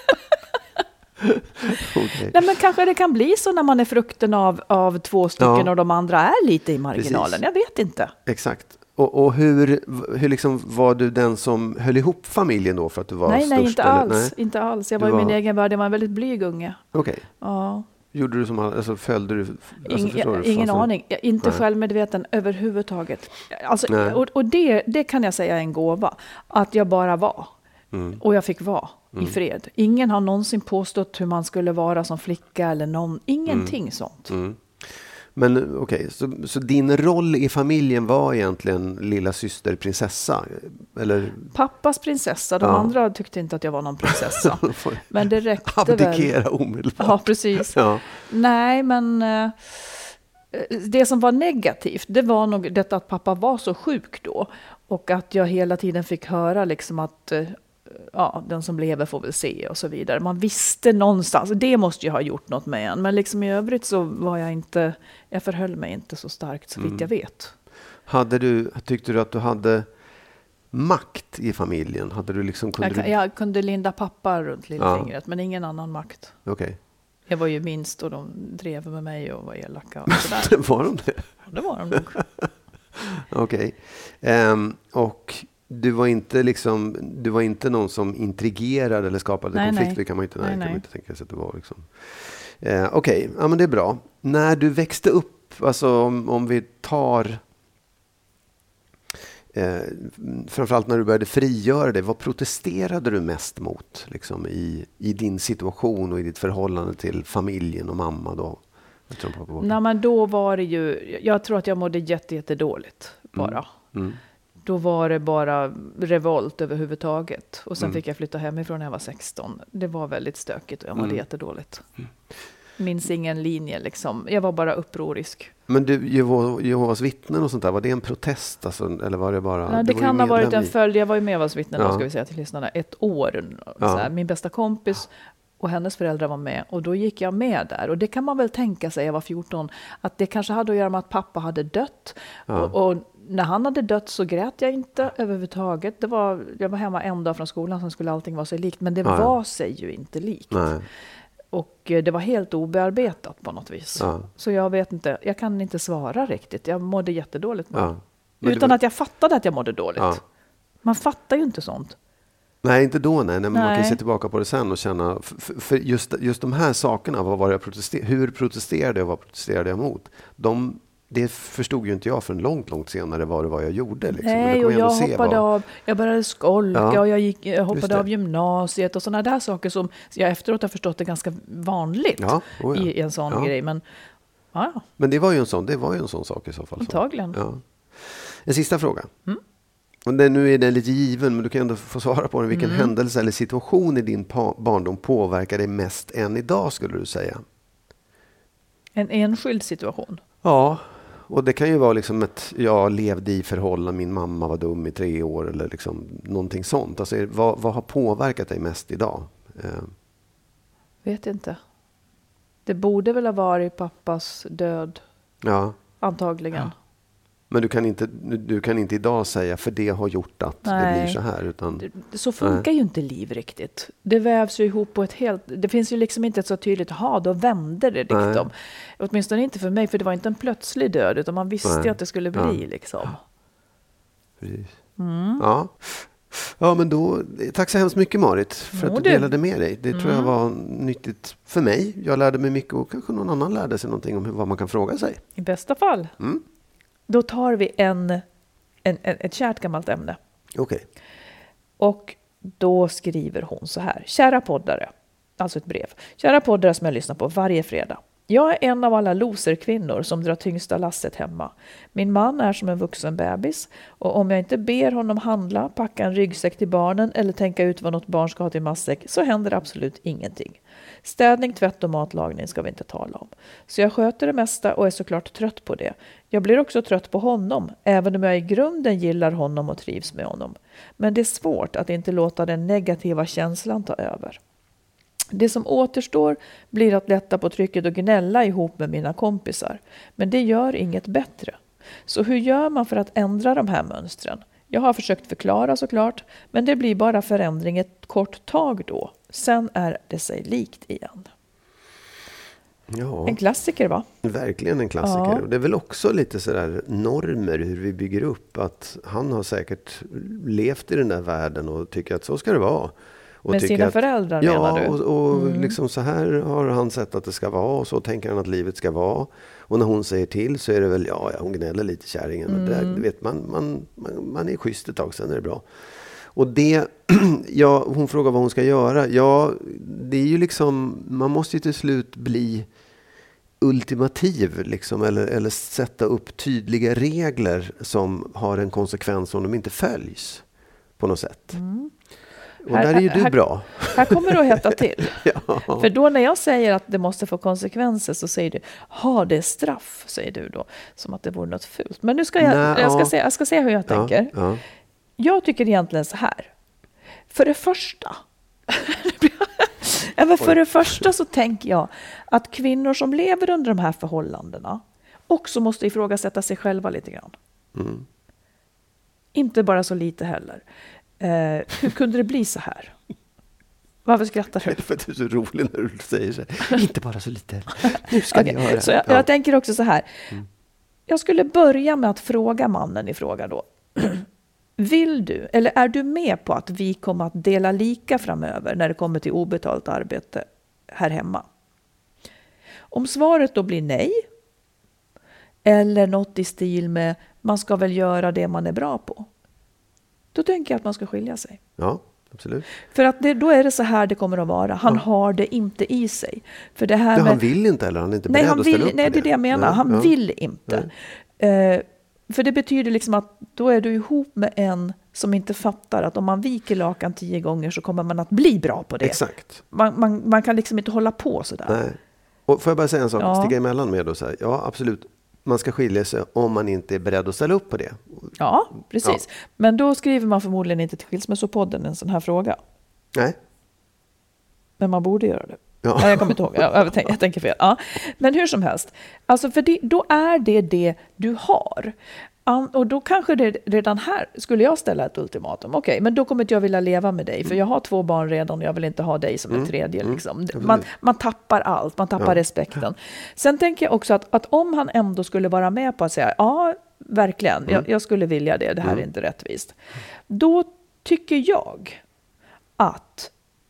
Okay. Nej, men kanske det kan bli så när man är frukten av 2 stycken och de andra är lite i marginalen. Precis. Jag vet inte. Exakt. Och hur liksom var du den som höll ihop familjen då för att du var störst? Nej, inte alls. Nej? Inte alls. Jag var i min egen värld. Jag var en väldigt blyg unge. Okej. Okay. Ja. Gjorde du som, alltså följde du? Ingen aning. Inte självmedveten överhuvudtaget. Alltså, och det kan jag säga är en gåva. Att jag bara var. Och jag fick vara i fred. Ingen har någonsin påstått hur man skulle vara som flicka eller någon. Ingenting sånt. Men okej, så din roll i familjen var egentligen lilla syster prinsessa? Eller? Pappas prinsessa, de andra tyckte inte att jag var någon prinsessa. Men det räckte abdikera omedelbart. Ja, precis. Ja. Nej, men det som var negativt, det var nog detta att pappa var så sjuk då. Och att jag hela tiden fick höra liksom att den som lever får väl se och så vidare. Man visste någonstans, det måste ju ha gjort något med en. Men liksom i övrigt så var jag förhöll mig inte så starkt så vitt jag vet. Tyckte du att du hade makt i familjen? Hade du liksom, jag kunde linda pappa runt lillfingret, men ingen annan makt. Okay. Jag var ju minst och de drev med mig och var elaka. Och sådär. Var de det? Ja, det var de nog. Okej. Och du var inte någon som intrigerade eller skapade konflikter. Kan man inte, kan man inte tänka sig att det var liksom. Okej, ja, men det är bra. När du växte upp, alltså om vi tar framförallt när du började frigöra dig, vad protesterade du mest mot liksom, i din situation och i ditt förhållande till familjen och mamma då? Nej, men då var det ju, jag tror att jag mådde jättedåligt bara. Då var det bara revolt överhuvudtaget. Och sen fick jag flytta hemifrån när jag var 16. Det var väldigt stökigt och jag mådde jättedåligt. Minns ingen linje liksom. Jag var bara upprorisk. Men du, Jehovas vittnen och sånt där, var det en protest? Alltså, eller var det bara... Nej, det kan ha varit en följd. Jag var ju med Jehovas vittnen då, ska vi säga till lyssnarna, 1 år. Så här, min bästa kompis och hennes föräldrar var med. Och då gick jag med där. Och det kan man väl tänka sig, jag var 14, att det kanske hade att göra med att pappa hade dött. Ja. Och när han hade dött så grät jag inte överhuvudtaget. Jag var hemma en dag från skolan, så skulle allting vara sig likt. Men det var sig ju inte likt. Nej. Och det var helt obearbetat på något vis. Ja. Så jag vet inte, jag kan inte svara riktigt. Jag mådde jättedåligt. Ja. Utan att jag fattade att jag mådde dåligt. Ja. Man fattar ju inte sånt. Nej, inte då. Nej. Men man kan se tillbaka på det sen och känna... För just de här sakerna, hur protesterade jag och vad protesterade jag mot? Det förstod ju inte jag förrän långt senare vad det var jag gjorde. Liksom. Nej, och jag hoppade av. Jag började skolka och jag hoppade av gymnasiet och sådana där saker som jag efteråt har förstått är ganska vanligt i en sån grej. Men det var ju en sån sak i så fall. Antagligen. Ja. En sista fråga. Och nu är den lite given, men du kan ändå få svara på den. Vilken händelse eller situation i din barndom påverkar dig mest än idag, skulle du säga? En enskild situation? Ja, och det kan ju vara liksom jag levde i förhållande, min mamma var dum i 3 år eller liksom någonting sånt. Alltså, vad har påverkat dig mest idag? Vet inte. Det borde väl ha varit pappas död. Ja. Antagligen. Ja. Men du kan inte idag säga för det har gjort att det blir så här. Utan, så funkar ju inte liv riktigt. Det vävs ju ihop på det finns ju liksom inte ett så tydligt, då vände det liksom. Åtminstone inte för mig, för det var inte en plötslig död, utan man visste ju att det skulle bli liksom. Precis. Ja, men då, tack så hemskt mycket, Marit, för att du delade med dig. Det tror jag var nyttigt för mig. Jag lärde mig mycket och kanske någon annan lärde sig någonting om vad man kan fråga sig. I bästa fall. Då tar vi ett kärt gammalt ämne. Okej. Och då skriver hon så här. Kära poddare, alltså ett brev. Kära poddare som jag lyssnar på varje fredag. Jag är en av alla loserkvinnor som drar tyngsta lasset hemma. Min man är som en vuxen bebis, och om jag inte ber honom handla, packa en ryggsäck till barnen eller tänka ut vad något barn ska ha till matsäck, så händer absolut ingenting. Städning, tvätt och matlagning ska vi inte tala om. Så jag sköter det mesta och är såklart trött på det. Jag blir också trött på honom, även om jag i grunden gillar honom och trivs med honom. Men det är svårt att inte låta den negativa känslan ta över. Det som återstår blir att lätta på trycket och gnälla ihop med mina kompisar. Men det gör inget bättre. Så hur gör man för att ändra de här mönstren? Jag har försökt förklara såklart, men det blir bara förändring ett kort tag då. Sen är det sig likt igen. Ja, en klassiker, va? Verkligen en klassiker. Ja. Det är väl också lite sådär normer hur vi bygger upp. Att han har säkert levt i den där världen och tycker att så ska det vara. Och med sina föräldrar, menar du? Ja, och liksom så här har han sett att det ska vara, och så tänker han att livet ska vara. Och när hon säger till så är det väl, hon gnäller lite, kärringen. Men det vet man är schysst ett tag, sen är det bra. Och hon frågar vad hon ska göra. Ja, det är ju liksom, man måste ju till slut bli ultimativ liksom, eller sätta upp tydliga regler som har en konsekvens om de inte följs på något sätt. Och där är ju du bra. Här kommer du att hetta till. Ja. För då när jag säger att det måste få konsekvenser, så säger du, det är straff, säger du då. Som att det vore något fult. Men nu ska jag ska se hur jag tänker. Ja. Jag tycker egentligen så här. För det första så tänker jag att kvinnor som lever under de här förhållandena också måste ifrågasätta sig själva lite grann. Inte bara så lite heller. Hur kunde det bli så här? Varför skrattar du? För att du är så rolig när du säger så här. Inte bara så lite. Nu ska vi göra. Så jag tänker också så här. Jag skulle börja med att fråga mannen i fråga då. Vill du, eller är du med på att vi kommer att dela lika framöver när det kommer till obetalt arbete här hemma? Om svaret då blir nej, eller något i stil med man ska väl göra det man är bra på, då tänker jag att man ska skilja sig. Ja, absolut. För att då är det så här det kommer att vara. Han har det inte i sig. För det här han vill inte, eller han är inte beredd att ställa upp på det. Nej, det är det jag menar. Han vill inte. För det betyder liksom att då är du ihop med en som inte fattar att om man viker lakan 10 gånger så kommer man att bli bra på det. Exakt. Man kan liksom inte hålla på sådär. Nej. Och får jag bara säga en sak, sticka emellan med och säga, ja absolut, man ska skilja sig om man inte är beredd att ställa upp på det. Ja, precis. Ja. Men då skriver man förmodligen inte till Skilsmässopodden en sån här fråga. Nej. Men man borde göra det. Ja. Nej, jag kommer inte ihåg. Jag tänker fel. Ja. Men hur som helst. Alltså då är det du har. Och då kanske det redan här skulle jag ställa ett ultimatum. Okej, men då kommer inte jag vilja leva med dig. För jag har 2 barn redan och jag vill inte ha dig som en tredje. Liksom. Man tappar allt. Man tappar respekten. Sen tänker jag också att om han ändå skulle vara med på att säga ja, verkligen, jag skulle vilja det. Det här är inte rättvist. Då tycker jag att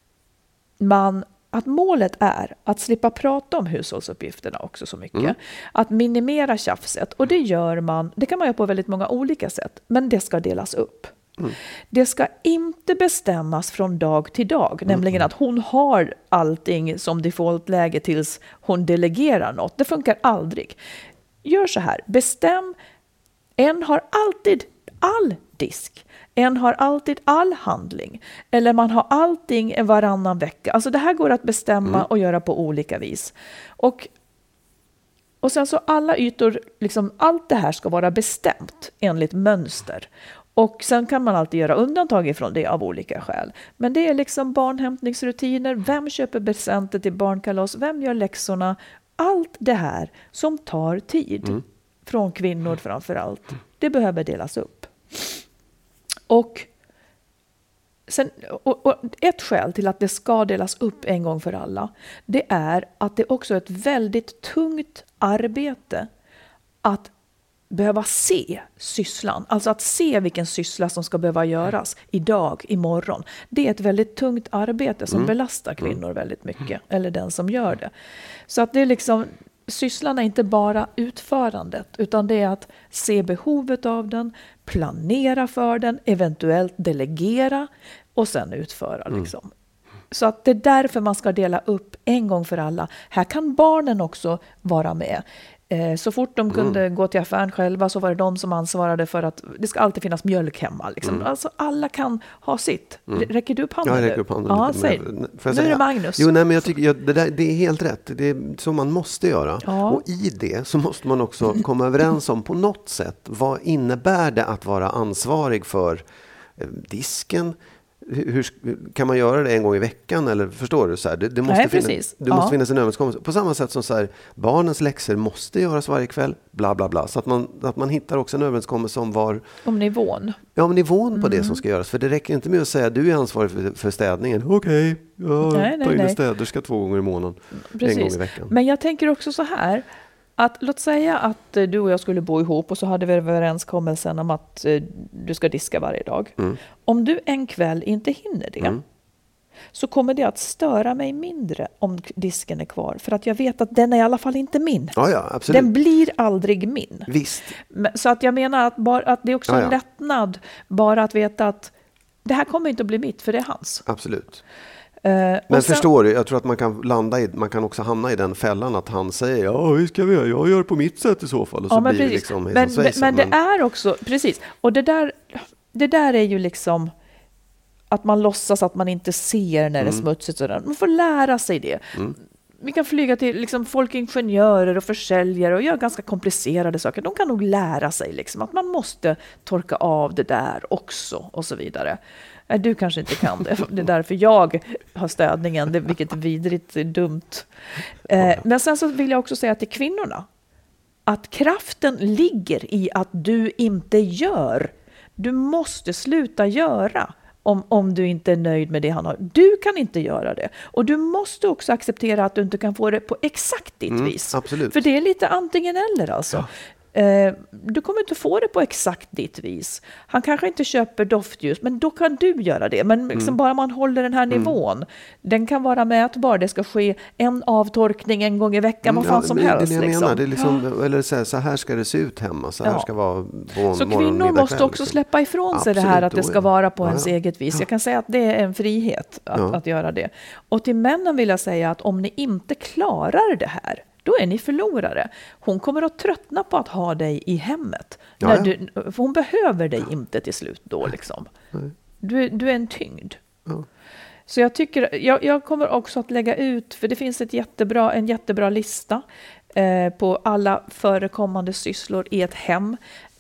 målet är att slippa prata om hushållsuppgifterna också så mycket. Att minimera tjafset. Och det kan man göra på väldigt många olika sätt. Men det ska delas upp. Det ska inte bestämmas från dag till dag. Nämligen att hon har allting som defaultläge tills hon delegerar något. Det funkar aldrig. Gör så här. Bestäm. En har alltid all disk. En har alltid all handling. Eller man har allting varannan vecka. Alltså det här går att bestämma och göra på olika vis. Och sen så alla ytor, liksom allt det här ska vara bestämt enligt mönster. Och sen kan man alltid göra undantag ifrån det av olika skäl. Men det är liksom barnhämtningsrutiner. Vem köper presenter till barnkalas? Vem gör läxorna? Allt det här som tar tid. Från kvinnor framför allt. Det behöver delas upp. Och ett skäl till att det ska delas upp en gång för alla, det är att det också är ett väldigt tungt arbete att behöva se sysslan. Alltså att se vilken syssla som ska behöva göras idag, imorgon. Det är ett väldigt tungt arbete som belastar kvinnor väldigt mycket. Eller den som gör det. Så att det är liksom... Sysslan är inte bara utförandet, utan det är att se behovet av den, planera för den, eventuellt delegera och sen utföra. Liksom. Så att det är därför man ska dela upp en gång för alla. Här kan barnen också vara med. Så fort de kunde gå till affären själva så var det de som ansvarade för att det ska alltid finnas mjölk hemma. Liksom. Alltså alla kan ha sitt. Räcker du upp handen? Ja, jag räcker upp handen. Ja, säg. Nu är det Magnus. Jo, nej, men jag tycker det är helt rätt. Det är så man måste göra. Ja. Och i det så måste man också komma överens om på något sätt. Vad innebär det att vara ansvarig för disken? Hur kan man göra det en gång i veckan? Eller förstår du? Så här, det måste måste finnas en överenskommelse. På samma sätt som så här, barnens läxor måste göras varje kväll. Bla bla bla. Så att man hittar också en överenskommelse om nivån. Ja, om nivån på det som ska göras. För det räcker inte med att säga du är ansvarig för städningen. Okej, ta in en städerska 2 gånger i månaden. Precis. En gång i veckan. Men jag tänker också så här. Att låt säga att du och jag skulle bo ihop och så hade vi överenskommelsen om att du ska diska varje dag. Om du en kväll inte hinner det så kommer det att störa mig mindre om disken är kvar. För att jag vet att den är i alla fall inte min. Ja, absolut. Den blir aldrig min. Visst. Så att jag menar att det är också en lättnad bara att veta att det här kommer inte att bli mitt för det är hans. Absolut. Men förstår du, jag tror att man kan också hamna i den fällan att han säger ja, hur ska vi göra? Jag gör på mitt sätt i så fall. Och så blir det liksom men det är också, precis. Och det där är ju liksom att man låtsas att man inte ser när det är smutsigt. Man får lära sig det. Vi kan flyga till liksom folkingenjörer och försäljare och göra ganska komplicerade saker. De kan nog lära sig liksom, att man måste torka av det där också och så vidare. Du kanske inte kan det. Det är därför jag har städningen, vilket är vidrigt dumt. Men sen så vill jag också säga till kvinnorna att kraften ligger i att du inte gör. Du måste sluta göra om du inte är nöjd med det han har. Du kan inte göra det. Och du måste också acceptera att du inte kan få det på exakt ditt vis. Absolut. För det är lite antingen eller alltså. Ja. Du kommer inte få det på exakt ditt vis. Han kanske inte köper doftljus, men då kan du göra det. Men liksom bara man håller den här nivån. Den kan vara mätbar. Det ska ske en avtorkning en gång i veckan, vad fan som helst. Det menar. Det är liksom, eller så här ska det se ut hemma. Så här ska vara så kvinnor måste också liksom släppa ifrån sig det här att det ska vara på ens eget vis. Jag kan säga att det är en frihet att göra det. Och till männen vill jag säga att om ni inte klarar det här, då är ni förlorare. Hon kommer att tröttna på att ha dig i hemmet. För hon behöver dig inte till slut då. Liksom. Du är en tyngd. Så jag tycker, jag kommer också att lägga ut, för det finns en jättebra lista på alla förekommande sysslor i ett hem.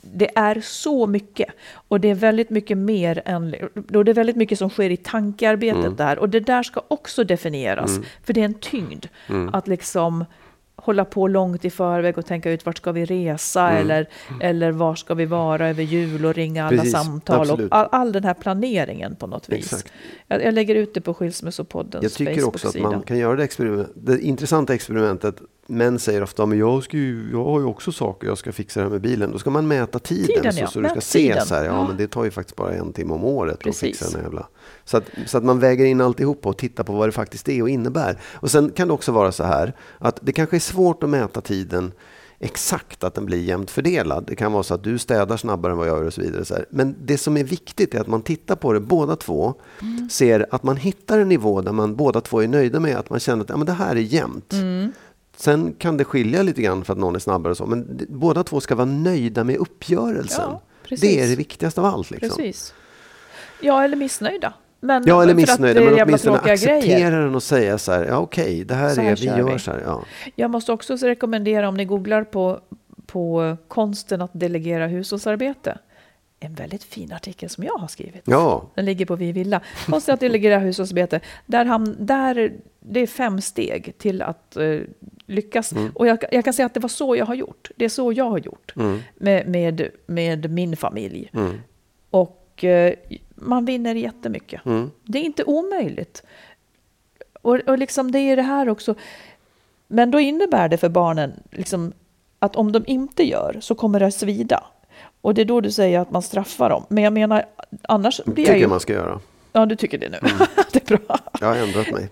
det är så mycket. Och det är väldigt mycket mer än... Och det är väldigt mycket som sker i tankearbetet där. Och det där ska också definieras. För det är en tyngd. Att liksom hålla på långt i förväg och tänka ut vart ska vi resa eller var ska vi vara över jul och ringa alla samtal. Absolut. Och all den här planeringen på något vis. Jag lägger ut det på Skilsmässopoddens Facebook-sida. Jag tycker också att man kan göra det intressanta experimentet. Män säger ofta, men jag har ju också saker jag ska fixa det här med bilen. Då ska man mäta tiden så du ska se så här, men det tar ju faktiskt bara 1 timme om året att fixa den jävla. Så att man väger in alltihopa och tittar på vad det faktiskt är och innebär. Och sen kan det också vara så här att det kanske är svårt att mäta tiden exakt, att den blir jämnt fördelad. Det kan vara så att du städar snabbare än vad jag gör och så vidare. Så här. Men det som är viktigt är att man tittar på det båda två, ser att man hittar en nivå där man båda två är nöjda med, att man känner att men det här är jämnt. Sen kan det skilja lite grann för att någon är snabbare och så. Men båda två ska vara nöjda med uppgörelsen. Ja, det är det viktigaste av allt. Liksom. Precis. Ja, eller missnöjda. Men eller missnöjda, men åtminstone acceptera den och säga så här, okej, det här är vi gör så här. Ja. Jag måste också rekommendera, om ni googlar på konsten att delegera hushållsarbete, en väldigt fin artikel som jag har skrivit. Ja. Den ligger på Vi Villa. Konsten att delegera hushållsarbete. Där det är 5 steg till att lyckas. Och jag kan säga att det var så jag har gjort. Det är så jag har gjort med min familj. Och man vinner jättemycket. Det är inte omöjligt. Och liksom det är det här också. Men då innebär det för barnen liksom, att om de inte gör så kommer det svida. Och det är då du säger att man straffar dem. Men jag menar, annars blir jag ju... man ska göra. Ja, du tycker det nu. Det är bra. Jag har ändrat mig.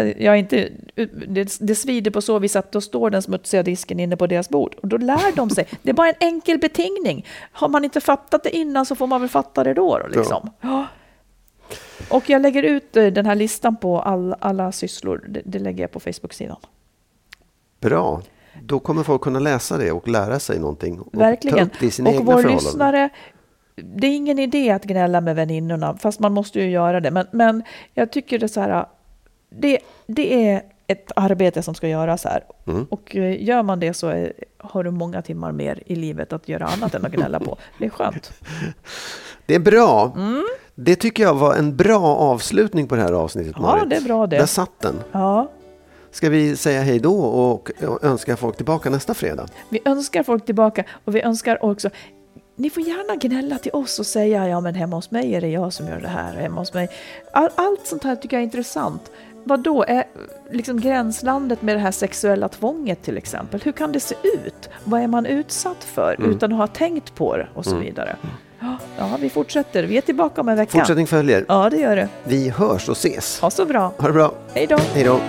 Det svider på så vis att då står den smutsiga disken inne på deras bord. Och då lär de sig. Det är bara en enkel betingning. Har man inte fattat det innan så får man väl fatta det då liksom. Ja. Och jag lägger ut den här listan på alla sysslor. Det lägger jag på Facebook-sidan. Bra. Då kommer folk kunna läsa det och lära sig någonting. Och verkligen. Ta upp det i sina egna vår förhållanden. Lyssnare, det är ingen idé att gnälla med väninnorna, fast man måste ju göra det. Men jag tycker det så här, det är ett arbete som ska göras här. Och gör man det så har du många timmar mer i livet att göra annat än att gnälla på. Det är skönt. Det är bra. Det tycker jag var en bra avslutning på det här avsnittet, Marit. Ja, det är bra det. Där satt den. Ja. Ska vi säga hej då och önska folk tillbaka nästa fredag? Vi önskar folk tillbaka och vi önskar också... Ni får gärna gnälla till oss och säga, ja men hemma hos mig är det jag som gör det här. Hemma hos mig. Allt sånt här tycker jag är intressant. Vad då är liksom gränslandet med det här sexuella tvånget till exempel? Hur kan det se ut? Vad är man utsatt för utan att ha tänkt på det och så vidare? Ja, vi fortsätter. Vi är tillbaka om en vecka. Fortsättning följer. Ja, det gör det. Vi hörs och ses. Ha så bra. Ha det bra. Hej då. Hej då.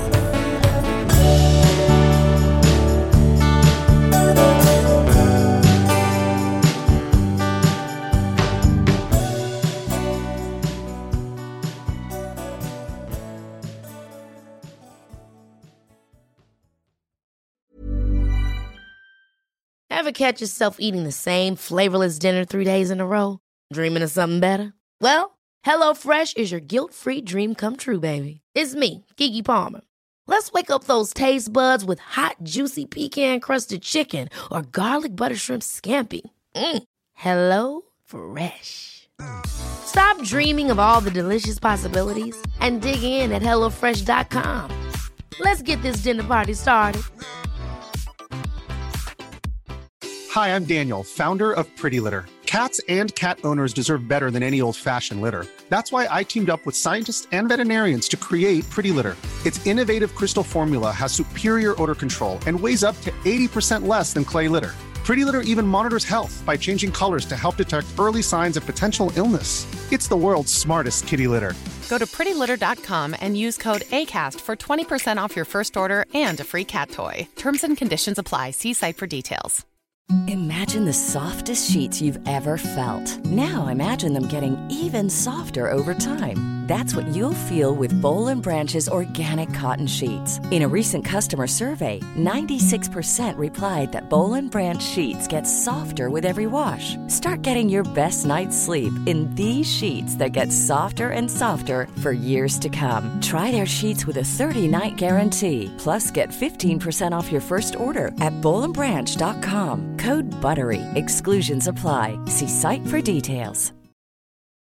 Ever catch yourself eating the same flavorless dinner 3 days in a row? Dreaming of something better? Well, HelloFresh is your guilt-free dream come true, baby. It's me, Keke Palmer. Let's wake up those taste buds with hot, juicy pecan-crusted chicken or garlic butter shrimp scampi. Hello Fresh. Stop dreaming of all the delicious possibilities and dig in at HelloFresh.com. Let's get this dinner party started. Hi, I'm Daniel, founder of Pretty Litter. Cats and cat owners deserve better than any old-fashioned litter. That's why I teamed up with scientists and veterinarians to create Pretty Litter. Its innovative crystal formula has superior odor control and weighs up to 80% less than clay litter. Pretty Litter even monitors health by changing colors to help detect early signs of potential illness. It's the world's smartest kitty litter. Go to prettylitter.com and use code ACAST for 20% off your first order and a free cat toy. Terms and conditions apply. See site for details. Imagine the softest sheets you've ever felt. Now imagine them getting even softer over time. That's what you'll feel with Boll & Branch's organic cotton sheets. In a recent customer survey, 96% replied that Boll & Branch sheets get softer with every wash. Start getting your best night's sleep in these sheets that get softer and softer for years to come. Try their sheets with a 30-night guarantee. Plus, get 15% off your first order at bollandbranch.com. Code BUTTERY. Exclusions apply. See site for details.